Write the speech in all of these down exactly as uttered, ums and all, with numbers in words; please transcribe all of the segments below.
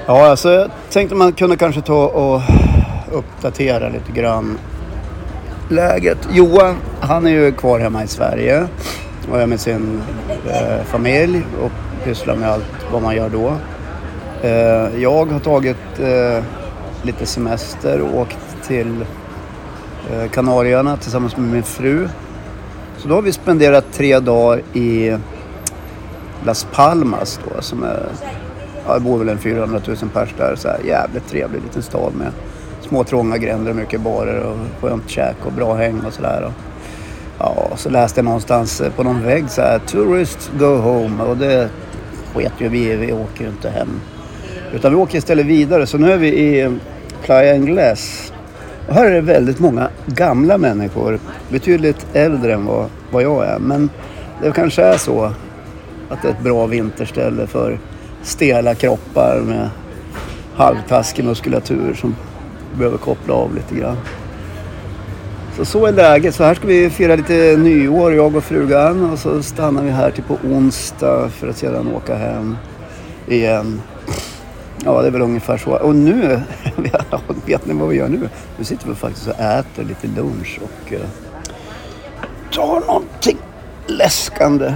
Ja, alltså jag tänkte man kunde kanske ta och uppdatera lite grann läget. Johan, han är ju kvar hemma i Sverige och är med sin eh, familj och pysslar med allt vad man gör då. Eh, jag har tagit eh, lite semester och åkt till eh, Kanarieöarna tillsammans med min fru. Så då har vi spenderat tre dagar i Las Palmas då, som är, ja, det bor väl en fyrahundratusen pers där, så här jävligt trevlig liten stad med små trånga gränder och mycket barer och skönt käk och bra häng och sådär. Ja, så läste jag någonstans på någon vägg så här, tourists go home, och det vet ju vi, vi åker ju inte hem. Utan vi åker istället vidare, så nu är vi i Playa Ingles. Och här är det väldigt många gamla människor, betydligt äldre än vad, vad jag är. Men det kanske är så att det är ett bra vinterställe för stela kroppar med halvtaskig muskulatur som behöver koppla av lite grann. Så så är läget. Så här ska vi fira lite nyår, jag och frugan. Och så stannar vi här till på onsdag för att sedan åka hem igen. Ja, det är väl ungefär så. Och nu, vet ni vad vi gör nu? Nu sitter vi faktiskt och äter lite lunch och uh, tar någonting läskande.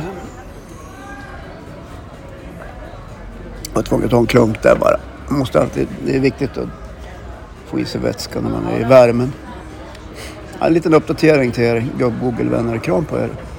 Jag tvungen att ta en klunk där bara. Man måste alltid, det är viktigt att få i sig vätska när man är i värmen. Ja, en liten uppdatering till er Google-vänner. Kram på er.